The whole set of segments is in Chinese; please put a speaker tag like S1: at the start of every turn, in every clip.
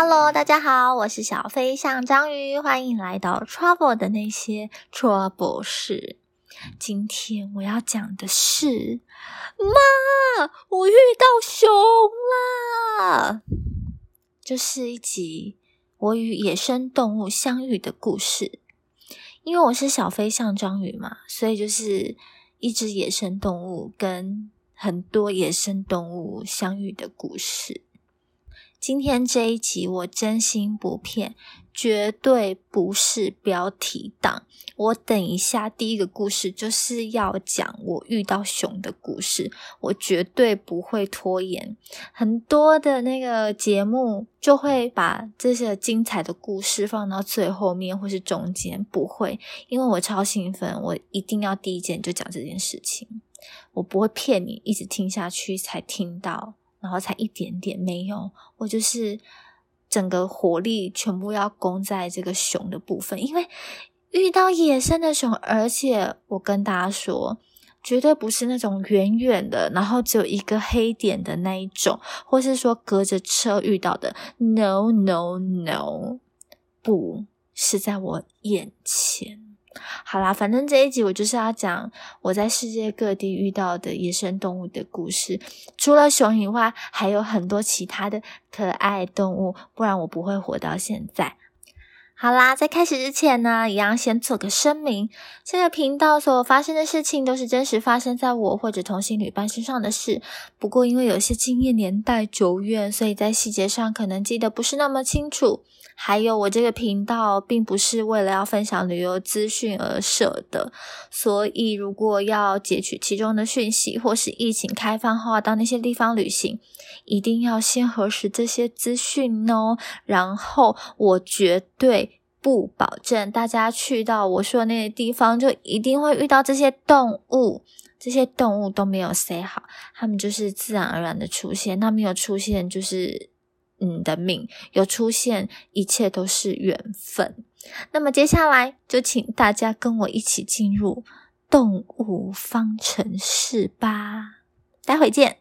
S1: Hello， 大家好，我是小飞象章鱼，欢迎来到 Trouble 的那些 Trouble 事。今天我要讲的是，妈，我遇到熊啦！就是一集我与野生动物相遇的故事。因为我是小飞象章鱼嘛，所以就是一只野生动物跟很多野生动物相遇的故事。今天这一集我真心不骗，绝对不是标题党。我等一下第一个故事就是要讲我遇到熊的故事，我绝对不会拖延。很多的那个节目就会把这些精彩的故事放到最后面或是中间，不会，因为我超兴奋，我一定要第一件就讲这件事情。我不会骗你，一直听下去才听到，然后才一点点，没有，我就是整个火力全部要攻在这个熊的部分，因为遇到野生的熊，而且我跟大家说，绝对不是那种远远的，然后只有一个黑点的那一种，或是说隔着车遇到的 ，no no no， 不是在我眼前。好啦，反正这一集我就是要讲我在世界各地遇到的野生动物的故事，除了熊以外还有很多其他的可爱动物，不然我不会活到现在。好啦，在开始之前呢，一样先做个声明，这个频道所发生的事情都是真实发生在我或者同行旅伴身上的事，不过因为有些经验年代久远，所以在细节上可能记得不是那么清楚。还有我这个频道并不是为了要分享旅游资讯而设的，所以如果要截取其中的讯息，或是疫情开放后到那些地方旅行，一定要先核实这些资讯哦。然后我绝对不保证大家去到我说的那些地方就一定会遇到这些动物，这些动物都没有 say 好，它们就是自然而然的出现，那没有出现就是你的命，有出现一切都是缘分。那么接下来就请大家跟我一起进入动物方程式吧，待会见。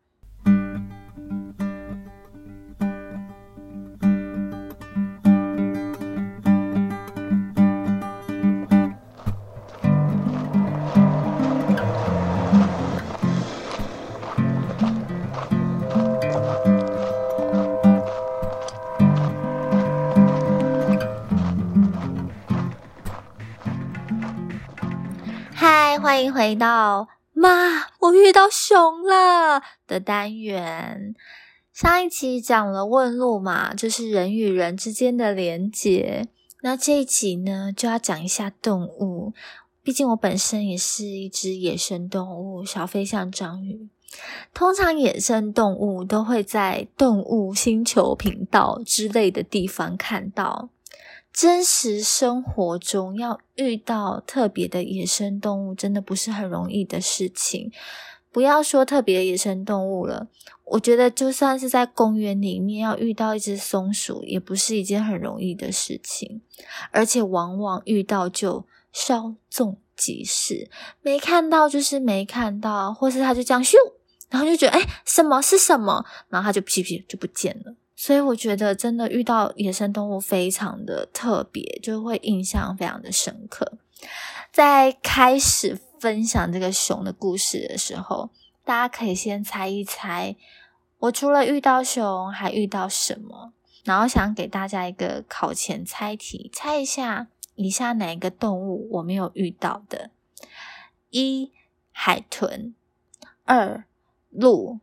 S1: 嗨，欢迎回到妈，我遇到熊了的单元。上一集讲了问路嘛，就是人与人之间的连结。那这一集呢，就要讲一下动物。毕竟我本身也是一只野生动物，小飞象章鱼。通常野生动物都会在动物星球频道之类的地方看到。真实生活中要遇到特别的野生动物真的不是很容易的事情，不要说特别的野生动物了，我觉得就算是在公园里面要遇到一只松鼠也不是一件很容易的事情，而且往往遇到就稍纵即逝，没看到就是没看到，或是它就这样咻，然后就觉得什么是什么，然后它就屁屁就不见了。所以我觉得真的遇到野生动物非常的特别，就会印象非常的深刻。在开始分享这个熊的故事的时候，大家可以先猜一猜，我除了遇到熊还遇到什么？然后想给大家一个考前猜题，猜一下以下哪一个动物我没有遇到的。1. 海豚， 2. 鹿，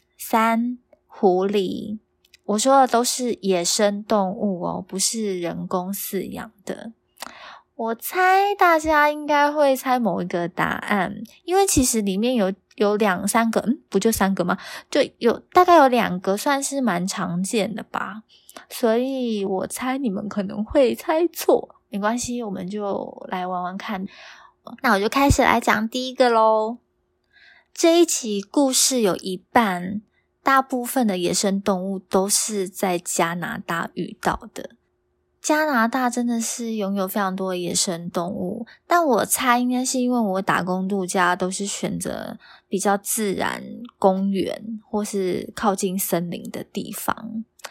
S1: 3. 狐狸。我说的都是野生动物哦，不是人工饲养的。我猜大家应该会猜某一个答案，因为其实里面有2-3个，不就3个吗？就大概有2个算是蛮常见的吧，所以我猜你们可能会猜错，没关系，我们就来玩玩看。那我就开始来讲第一个咯。这一期故事有一半大部分的野生动物都是在加拿大遇到的。加拿大真的是拥有非常多的野生动物，但我猜应该是因为我打工度假都是选择比较自然公园或是靠近森林的地方。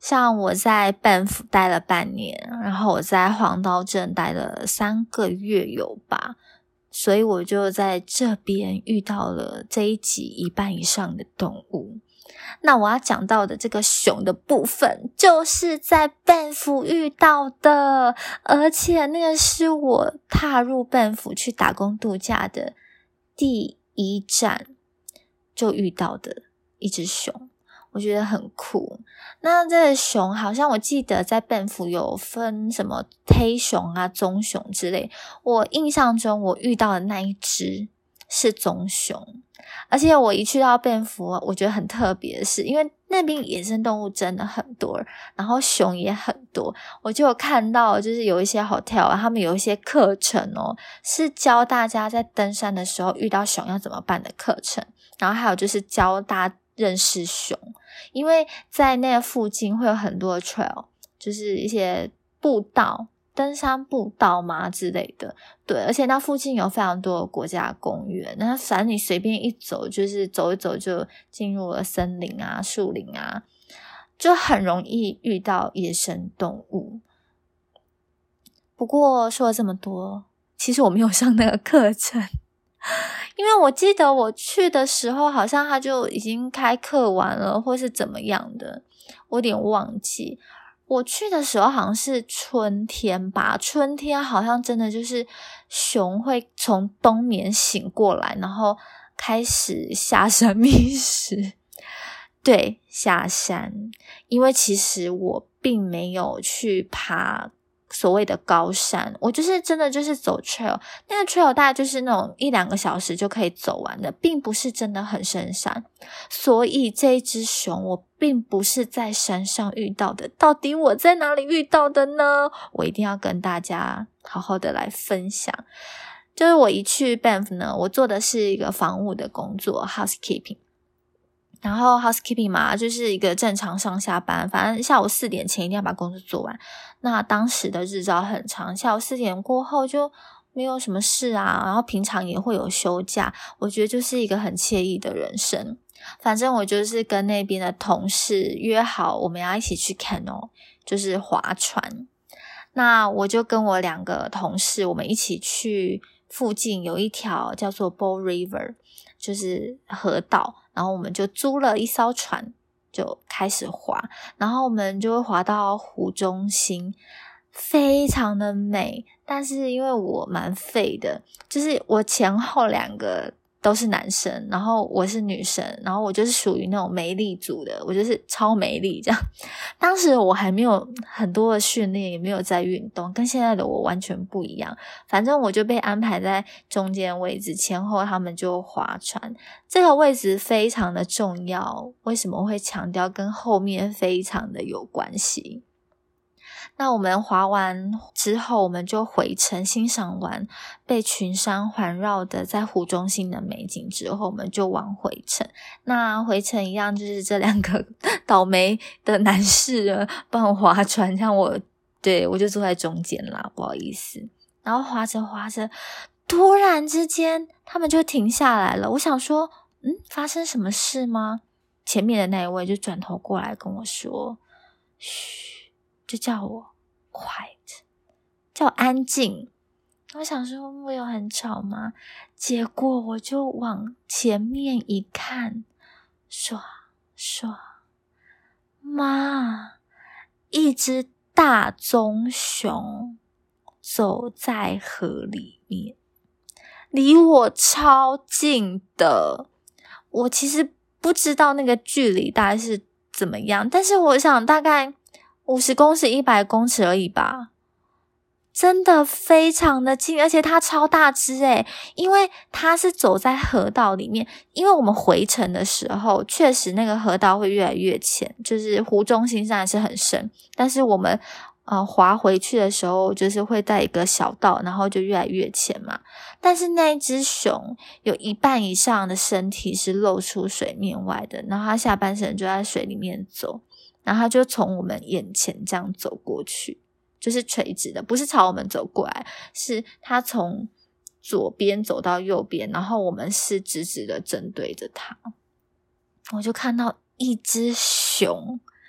S1: 像我在Banff待了半年，然后我在黄刀镇待了3个月有吧，所以我就在这边遇到了这一集一半以上的动物。那我要讲到的这个熊的部分，就是在Banff遇到的，而且那个是我踏入Banff去打工度假的第一站就遇到的一只熊，我觉得很酷。那这个熊好像我记得在Banff有分什么黑熊啊、棕熊之类，我印象中我遇到的那一只是棕熊。而且我一去到Banff，我觉得很特别的是，因为那边野生动物真的很多，然后熊也很多，我就有看到就是有一些 hotel 他们有一些课程是教大家在登山的时候遇到熊要怎么办的课程，然后还有就是教大家认识熊，因为在那附近会有很多的 trail， 就是一些步道，登山步道嘛之类的，对，而且那附近有非常多的国家公园，那反正你随便一走，就是走一走就进入了森林啊、树林啊，就很容易遇到野生动物。不过说了这么多，其实我没有上那个课程，因为我记得我去的时候好像他就已经开课完了，或是怎么样的，我有点忘记。我去的时候好像是春天吧，春天好像真的就是熊会从冬眠醒过来，然后开始下山觅食。对，下山，因为其实我并没有去爬所谓的高山，我就是真的就是走 trail， 那个 trail 大概就是那种1-2个小时就可以走完的，并不是真的很深山，所以这一只熊我并不是在山上遇到的，到底我在哪里遇到的呢？我一定要跟大家好好的来分享。就是我一去 Banff 呢，我做的是一个房务的工作 housekeeping，然后 housekeeping 嘛，就是一个正常上下班，反正下午4点前一定要把工作做完。那当时的日照很长，下午4点过后就没有什么事啊，然后平常也会有休假，我觉得就是一个很惬意的人生。反正我就是跟那边的同事约好我们要一起去 canoe， 就是划船。那我就跟我2个同事，我们一起去附近有一条叫做 Bow River， 就是河道，然后我们就租了一艘船就开始划，然后我们就会划到湖中心，非常的美。但是因为我蛮废的，就是我前后2个都是男生，然后我是女生，然后我就是属于那种没力组的，我就是超没力这样。当时我还没有很多的训练，也没有在运动，跟现在的我完全不一样。反正我就被安排在中间位置，前后他们就划船。这个位置非常的重要，为什么会强调？跟后面非常的有关系。那我们划完之后，我们就回程，欣赏完被群山环绕的在湖中心的美景之后，我们就往回程。那回程一样，就是这2个倒霉的男士帮我划船，像我就坐在中间啦，不好意思。然后划着划着，突然之间他们就停下来了。我想说发生什么事吗？前面的那一位就转头过来跟我说嘘，就叫我 quiet， 叫我安静。我想说我有很吵吗？结果我就往前面一看，唰唰，妈，一只大棕熊走在河里面，离我超近的。我其实不知道那个距离大概是怎么样，但是我想大概50公尺、100公尺而已吧。真的非常的近，而且它超大只因为它是走在河道里面。因为我们回程的时候，确实那个河道会越来越浅，就是湖中心上还是很深，但是我们划回去的时候，就是会在一个小道，然后就越来越浅嘛。但是那一只熊有1半以上的身体是露出水面外的，然后它下半身就在水里面走，然后它就从我们眼前这样走过去，就是垂直的，不是朝我们走过来，是它从左边走到右边，然后我们是直直的正对着它。我就看到一只熊，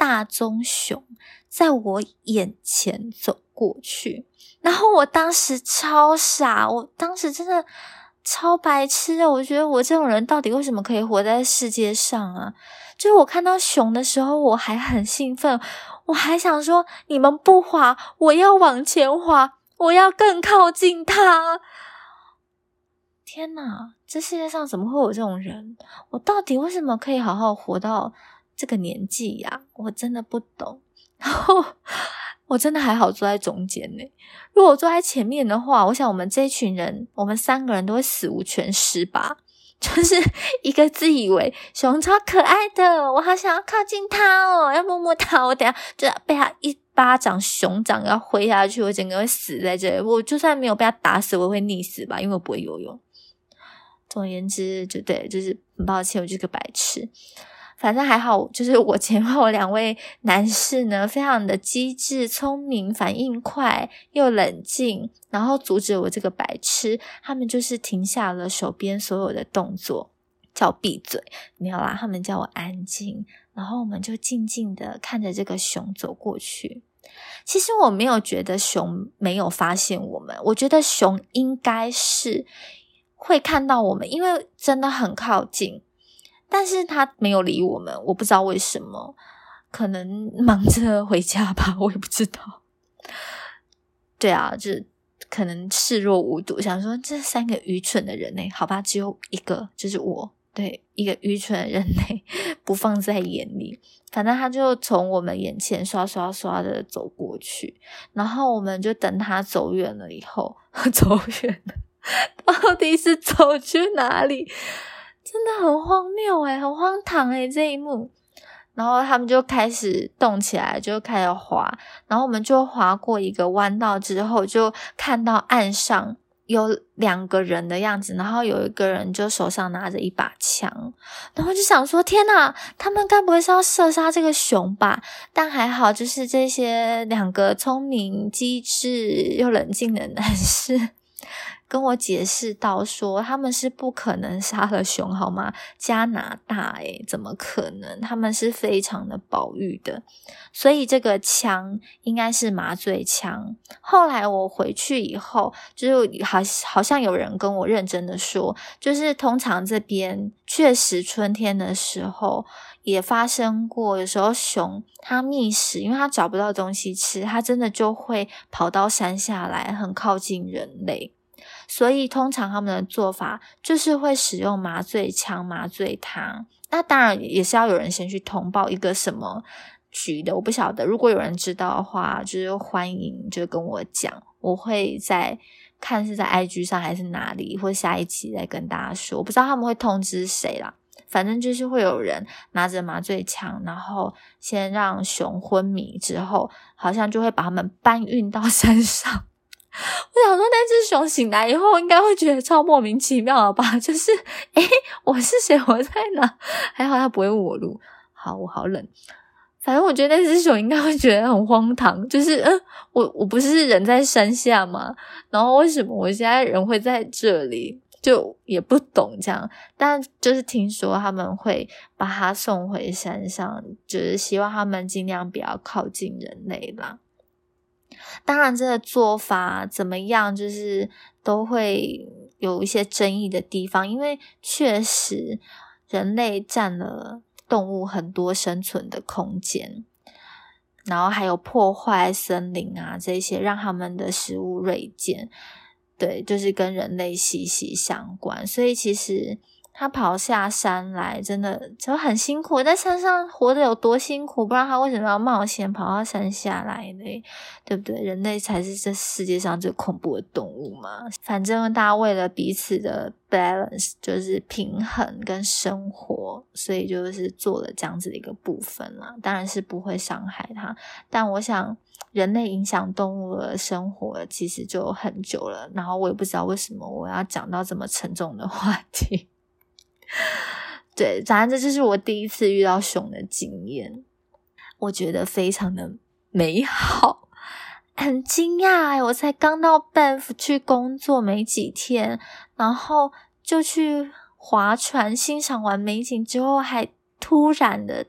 S1: 大棕熊在我眼前走过去，然后我当时超傻，我当时真的超白痴的，我觉得我这种人到底为什么可以活在世界上啊？就是我看到熊的时候我还很兴奋，我还想说你们不滑，我要往前滑，我要更靠近它。天哪，这世界上怎么会有这种人？我到底为什么可以好好活到这个年纪呀？我真的不懂。然后我真的还好坐在中间呢，如果我坐在前面的话，我想我们这一群人，我们3个人都会死无全尸吧。就是一个自以为熊超可爱的，我好想要靠近它哦，要摸摸它，我等一下就要被它一巴掌熊掌要挥下去，我整个会死在这里。我就算没有被它打死，我会溺死吧，因为我不会游泳。总而言之，就是很抱歉，我就是个白痴。反正还好，就是我前后2位男士呢，非常的机智、聪明、反应快又冷静，然后阻止我这个白痴。他们就是停下了手边所有的动作，叫我闭嘴。没有啦，他们叫我安静。然后我们就静静的看着这个熊走过去。其实我没有觉得熊没有发现我们，我觉得熊应该是会看到我们，因为真的很靠近。但是他没有理我们，我不知道为什么，可能忙着回家吧，我也不知道。对啊，就可能视若无睹，想说这3个愚蠢的人类，好吧，只有一个就是我，对，一个愚蠢的人类不放在眼里。反正他就从我们眼前刷刷刷的走过去，然后我们就等他走远了以后，走远了，到底是走去哪里？真的很荒谬很荒唐这一幕。然后他们就开始动起来，就开始滑，然后我们就滑过一个弯道之后，就看到岸上有2个人的样子，然后有一个人就手上拿着一把枪，然后就想说天哪，他们该不会是要射杀这个熊吧？但还好，就是这些2个聪明、机智又冷静的男士跟我解释到说，他们是不可能杀了熊好吗？加拿大怎么可能？他们是非常的保育的，所以这个枪应该是麻醉枪。后来我回去以后，就是好像有人跟我认真的说，就是通常这边确实春天的时候也发生过，有时候熊它觅食，因为它找不到东西吃，它真的就会跑到山下来，很靠近人类。所以通常他们的做法就是会使用麻醉枪、麻醉汤。那当然也是要有人先去通报一个什么局的，我不晓得。如果有人知道的话，就是欢迎就跟我讲，我会在看是在 IG 上还是哪里，或下一期再跟大家说。我不知道他们会通知谁啦，反正就是会有人拿着麻醉枪，然后先让熊昏迷之后，好像就会把他们搬运到山上。我想说那只熊醒来以后应该会觉得超莫名其妙的吧，就是我是谁，我在哪？还好他不会问我路。好，我好冷。反正我觉得那只熊应该会觉得很荒唐，就是我不是人在山下吗？然后为什么我现在人会在这里？就也不懂这样，但就是听说他们会把它送回山上，就是希望他们尽量不要靠近人类啦。当然这个做法怎么样，就是都会有一些争议的地方，因为确实人类占了动物很多生存的空间，然后还有破坏森林啊，这些让他们的食物锐减，对，就是跟人类息息相关。所以其实他跑下山来真的就很辛苦，在山上活得有多辛苦，不然他为什么要冒险跑到山下来呢？对不对？人类才是这世界上最恐怖的动物嘛。反正大家为了彼此的 balance， 就是平衡跟生活，所以就是做了这样子的一个部分啦。当然是不会伤害它，但我想人类影响动物的生活其实就很久了，然后我也不知道为什么我要讲到这么沉重的话题。对，反正这就是我第一次遇到熊的经验，我觉得非常的美好，很惊讶我才刚到 Banff 去工作没几天，然后就去划船欣赏完美景之后，还突然的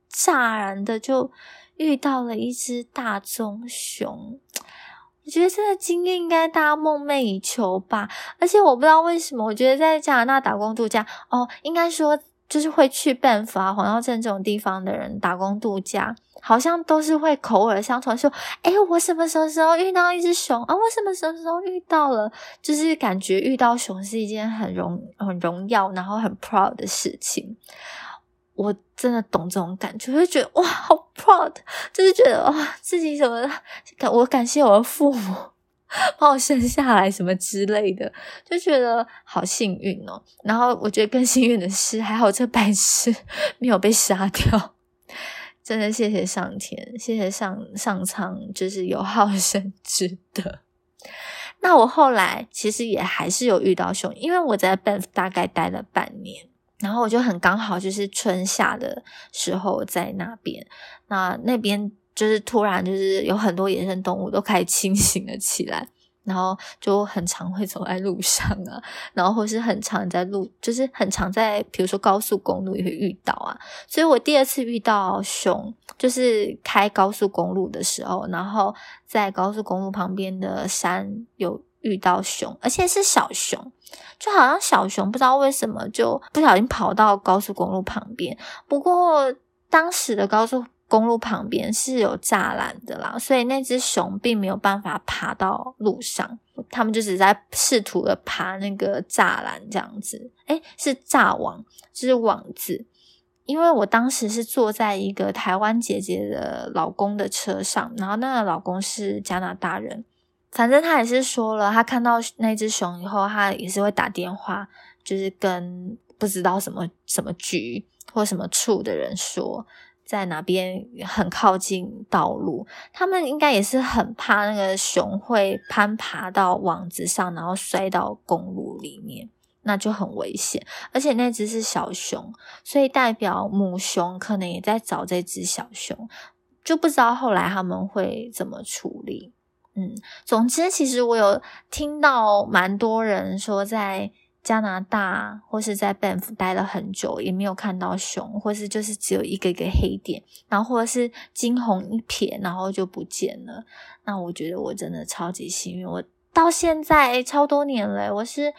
S1: 乍然的就遇到了一只大棕熊。我觉得这个经验应该大家梦寐以求吧，而且我不知道为什么，我觉得在加拿大打工度假，应该说就是会去Banff啊、黄刀镇这种地方的人打工度假，好像都是会口耳相传说，我什么时候遇到一只熊啊，我什么时候遇到了，就是感觉遇到熊是一件很荣耀，然后很 proud 的事情。我真的懂这种感觉，就觉得哇好 proud， 就是觉得哇自己什么，我感谢我的父母把我生下来什么之类的，就觉得好幸运哦。然后我觉得更幸运的是，还好这白痴没有被杀掉，真的谢谢上天，谢谢上苍，就是有好生之德。那我后来其实也还是有遇到熊，因为我在 Banff 大概待了半年，然后我就很刚好就是春夏的时候在那边，那边就是突然就是有很多野生动物都开始清醒了起来，然后就很常会走在路上啊，然后或是很常就是很常在比如说高速公路也会遇到啊。所以我第二次遇到熊就是开高速公路的时候，然后在高速公路旁边的山有遇到熊，而且是小熊，就好像小熊不知道为什么就不小心跑到高速公路旁边，不过当时的高速公路旁边是有栅栏的啦，所以那只熊并没有办法爬到路上，他们就只在试图的爬那个栅栏这样子，是栅网，就是网子。因为我当时是坐在一个台湾姐姐的老公的车上，然后那个老公是加拿大人，反正他也是说了，他看到那只熊以后，他也是会打电话，就是跟不知道什么局或什么处的人说，在哪边很靠近道路，他们应该也是很怕那个熊会攀爬到网子上，然后摔到公路里面，那就很危险。而且那只是小熊，所以代表母熊可能也在找这只小熊，就不知道后来他们会怎么处理。总之其实我有听到蛮多人说在加拿大或是在 Banff 待了很久也没有看到熊，或是就是只有一个黑点，然后或者是惊鸿一瞥然后就不见了。那我觉得我真的超级幸运，我到现在超多年了，我是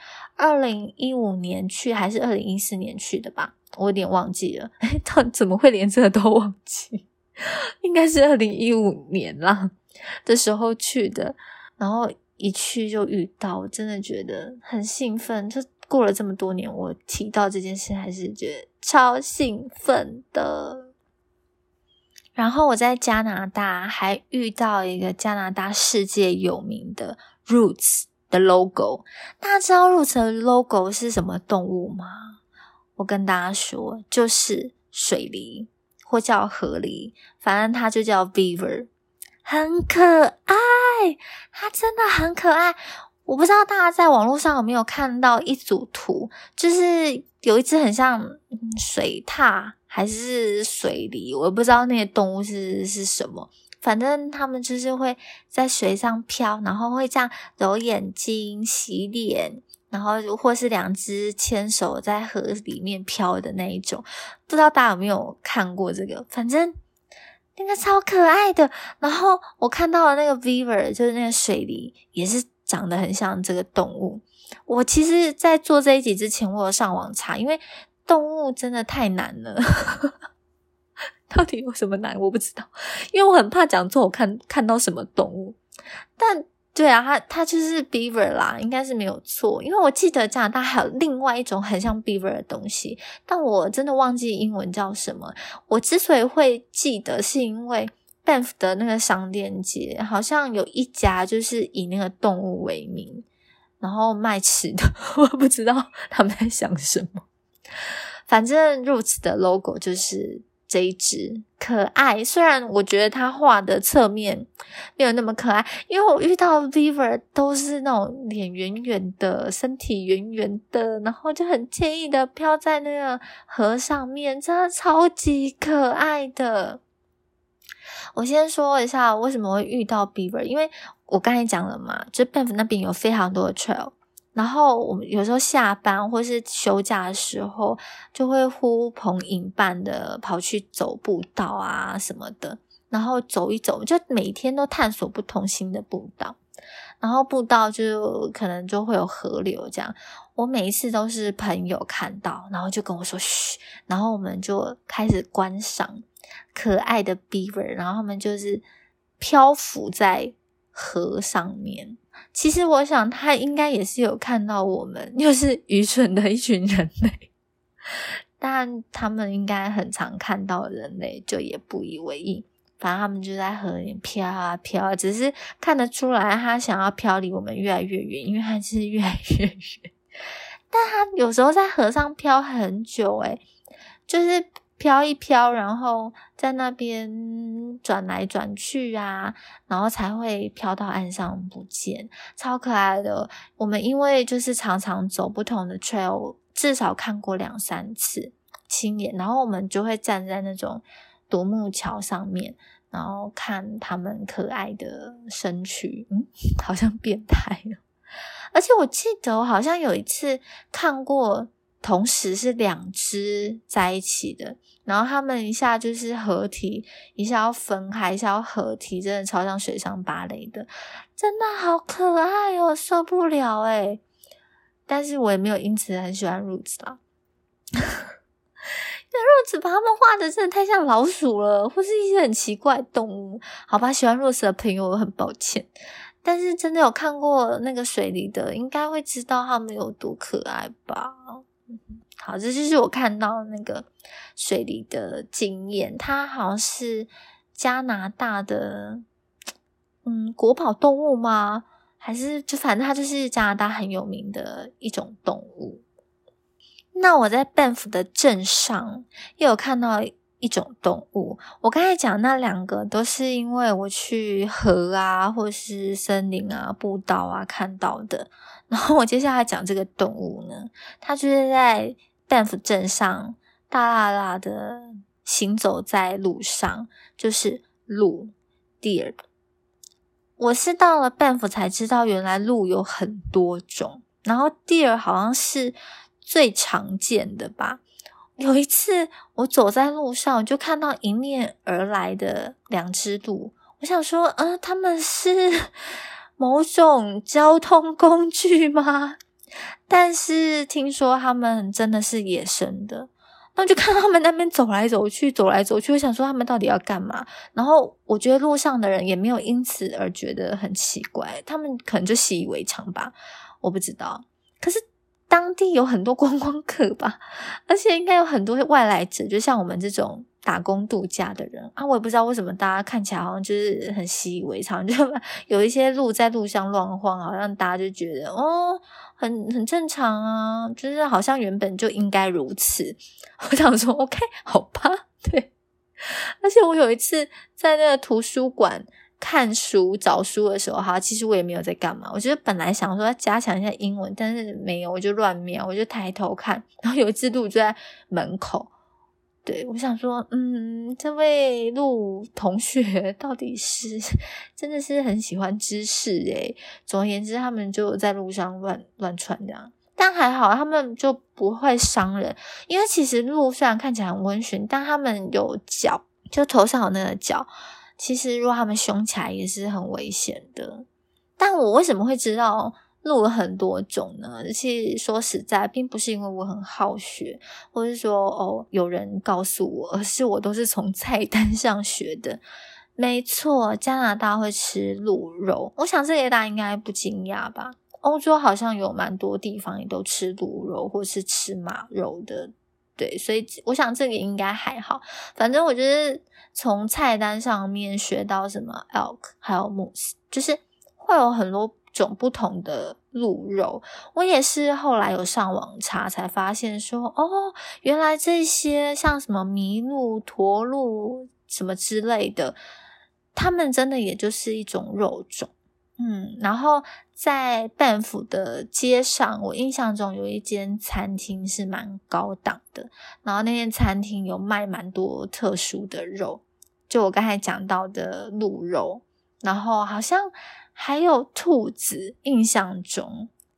S1: 2015年去还是2014年去的吧，我有点忘记了，到底怎么会连这个都忘记，应该是2015年啦的时候去的，然后一去就遇到，我真的觉得很兴奋，就过了这么多年，我提到这件事还是觉得超兴奋的。然后我在加拿大还遇到一个加拿大世界有名的 Roots 的 logo， 大家知道 Roots 的 logo 是什么动物吗？我跟大家说，就是水狸或叫河狸，反正它就叫 Beaver， 很可爱，它真的很可爱。我不知道大家在网络上有没有看到一组图，就是有一只很像水獭还是水狸，我不知道那些动物是什么，反正他们就是会在水上飘，然后会这样揉眼睛、洗脸，然后或是两只牵手在河里面飘的那一种，不知道大家有没有看过这个，反正那个超可爱的。然后我看到的那个 Beaver 就是那个水狸也是长得很像这个动物。我其实在做这一集之前我有上网查，因为动物真的太难了到底有什么难我不知道，因为我很怕讲错我看到什么动物，但对啊，它就是 beaver 啦，应该是没有错，因为我记得加拿大还有另外一种很像 beaver 的东西，但我真的忘记英文叫什么。我之所以会记得是因为 Banff 的那个商店街好像有一家就是以那个动物为名，然后卖吃的我不知道他们在想什么。反正 Roots 的 logo 就是这一只，可爱，虽然我觉得它画的侧面没有那么可爱，因为我遇到 Beaver 都是那种脸圆圆的，身体圆圆的，然后就很惬意的飘在那个河上面，真的超级可爱的。我先说一下为什么会遇到 Beaver， 因为我刚才讲了嘛，就 Banff 那边有非常多的 trail， 然后我们有时候下班或是休假的时候，就会呼朋引伴的跑去走步道啊什么的，然后走一走，就每天都探索不同新的步道。然后步道就可能就会有河流这样，我每一次都是朋友看到，然后就跟我说嘘，然后我们就开始观赏可爱的 beaver， 然后他们就是漂浮在河上面。其实我想他应该也是有看到我们就是愚蠢的一群人类，但他们应该很常看到人类就也不以为意，反正他们就在河里飘啊飘，只是看得出来他想要飘离我们越来越远，因为他是越来越远。但他有时候在河上飘很久就是飘一飘，然后在那边转来转去啊，然后才会飘到岸上不见，超可爱的。我们因为就是常常走不同的 trail， 至少看过2-3次亲眼，然后我们就会站在那种独木桥上面，然后看他们可爱的身躯，好像变态了。而且我记得我好像有一次看过同时是2只在一起的，然后他们一下就是合体，一下要分开，一下要合体，真的超像水上芭蕾的，真的好可爱哦，受不了但是我也没有因此很喜欢 Roots 啦因为 Roots 把他们画的真的太像老鼠了，或是一些很奇怪的动物。好吧，喜欢 Roots 的朋友我很抱歉，但是真的有看过那个水里的应该会知道他们有多可爱吧。好，这就是我看到那个水里的经验，它好像是加拿大的国宝动物吗？还是就反正它就是加拿大很有名的一种动物。那我在 Banff 的镇上也有看到一种动物，我刚才讲那2个都是因为我去河啊或是森林啊步道啊看到的，然后我接下来讲这个动物呢，它就是在 Banff 镇上大大的行走在路上，就是鹿 deer。 我是到了 Banff 才知道原来鹿有很多种，然后 deer 好像是最常见的吧。有一次我走在路上，我就看到迎面而来的2只鹿，我想说他们是某种交通工具吗？但是听说他们真的是野生的，那我就看到他们那边走来走去，我想说他们到底要干嘛。然后我觉得路上的人也没有因此而觉得很奇怪，他们可能就习以为常吧，我不知道。可是当地有很多观光客吧，而且应该有很多外来者，就像我们这种打工度假的人啊，我也不知道为什么大家看起来好像就是很习以为常，就有一些鹿在路上乱晃，好像大家就觉得很正常啊，就是好像原本就应该如此。我想说 OK 好吧，对。而且我有一次在那个图书馆看书找书的时候，其实我也没有在干嘛，我觉得本来想说要加强一下英文，但是没有，我就乱瞄，我就抬头看，然后有一只鹿就在门口。对，我想说这位鹿同学到底是真的是很喜欢知识总而言之他们就在路上乱窜这样，但还好他们就不会伤人，因为其实鹿虽然看起来很温驯，但他们有角，就头上有那个角，其实如果他们凶起来也是很危险的。但我为什么会知道鹿有很多种呢？其实说实在并不是因为我很好学，或是说有人告诉我，而是我都是从菜单上学的。没错，加拿大会吃鹿肉，我想这个大家应该不惊讶吧。欧洲好像有蛮多地方也都吃鹿肉或是吃马肉的，对，所以我想这个应该还好。反正我就是从菜单上面学到什么 elk 还有 moose， 就是会有很多种不同的鹿肉。我也是后来有上网查才发现说原来这些像什么麋鹿、驼鹿什么之类的，它们真的也就是一种肉种。然后在Banff的街上，我印象中有一间餐厅是蛮高档的，然后那间餐厅有卖蛮多特殊的肉，就我刚才讲到的鹿肉，然后好像还有兔子，印象中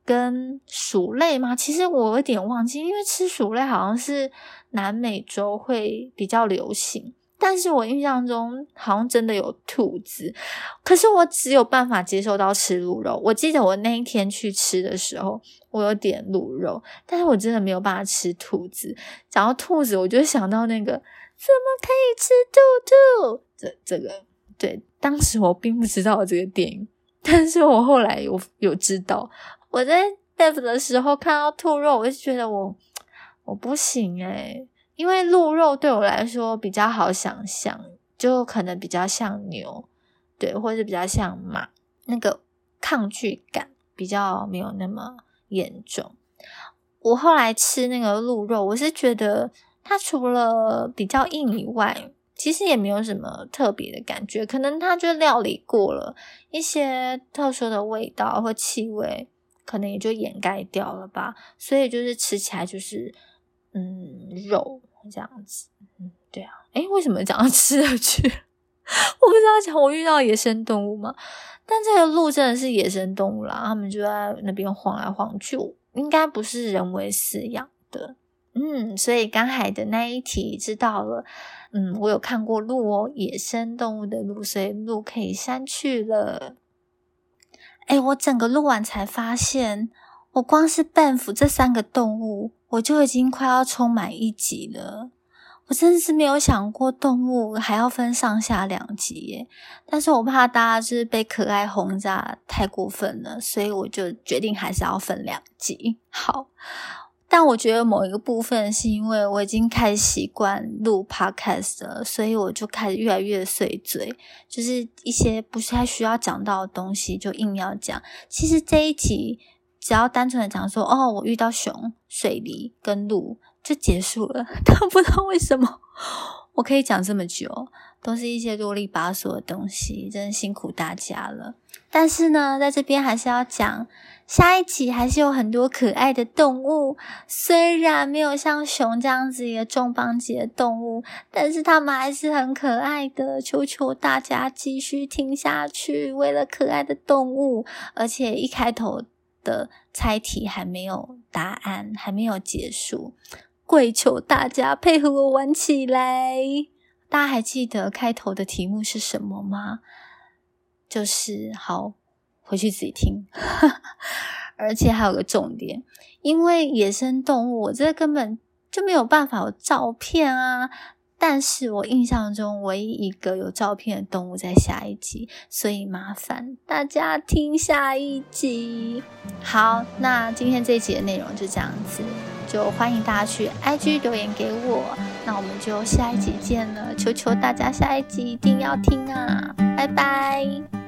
S1: 跟鼠类吗？其实我有点忘记，因为吃鼠类好像是南美洲会比较流行，但是我印象中好像真的有兔子，可是我只有办法接受到吃鹿肉。我记得我那一天去吃的时候，我有点鹿肉，但是我真的没有办法吃兔子。讲到兔子，我就想到那个怎么可以吃兔兔这个，对，当时我并不知道这个电影，但是我后来有知道。我在 Dev 的时候看到兔肉，我就觉得我不行因为鹿肉对我来说比较好想象，就可能比较像牛，对，或者比较像马，那个抗拒感比较没有那么严重。我后来吃那个鹿肉，我是觉得它除了比较硬以外，其实也没有什么特别的感觉，可能它就料理过了，一些特殊的味道或气味可能也就掩盖掉了吧，所以就是吃起来就是肉这样子。对啊，为什么讲到吃的去我不知道讲我遇到野生动物吗？但这个鹿真的是野生动物啦，他们就在那边晃来晃去，应该不是人为饲养的。所以刚才的那一题知道了。我有看过鹿野生动物的鹿，所以鹿可以删去了。我整个录完才发现，我光是 Banff 这3个动物，我就已经快要充满1集了。我真的是没有想过动物还要分上下2集耶，但是我怕大家就是被可爱轰炸太过分了，所以我就决定还是要分2集。好，但我觉得某一个部分是因为我已经开始习惯录 podcast 了，所以我就开始越来越碎嘴，就是一些不太需要讲到的东西就硬要讲。其实这一集只要单纯的讲说我遇到熊、水狸跟鹿就结束了，但不知道为什么我可以讲这么久，都是一些啰里吧嗦的东西，真的辛苦大家了。但是呢，在这边还是要讲，下一集还是有很多可爱的动物，虽然没有像熊这样子也重磅级的动物，但是它们还是很可爱的，求求大家继续听下去，为了可爱的动物。而且一开头的猜题还没有答案，还没有结束，跪求大家配合我玩起来。大家还记得开头的题目是什么吗？就是好，回去自己听而且还有个重点，因为野生动物我这根本就没有办法有照片啊，但是我印象中唯一一个有照片的动物在下一集，所以麻烦大家听下一集。好，那今天这一集的内容就这样子，就欢迎大家去 IG 留言给我，那我们就下一集见了，求求大家下一集一定要听啊，拜拜。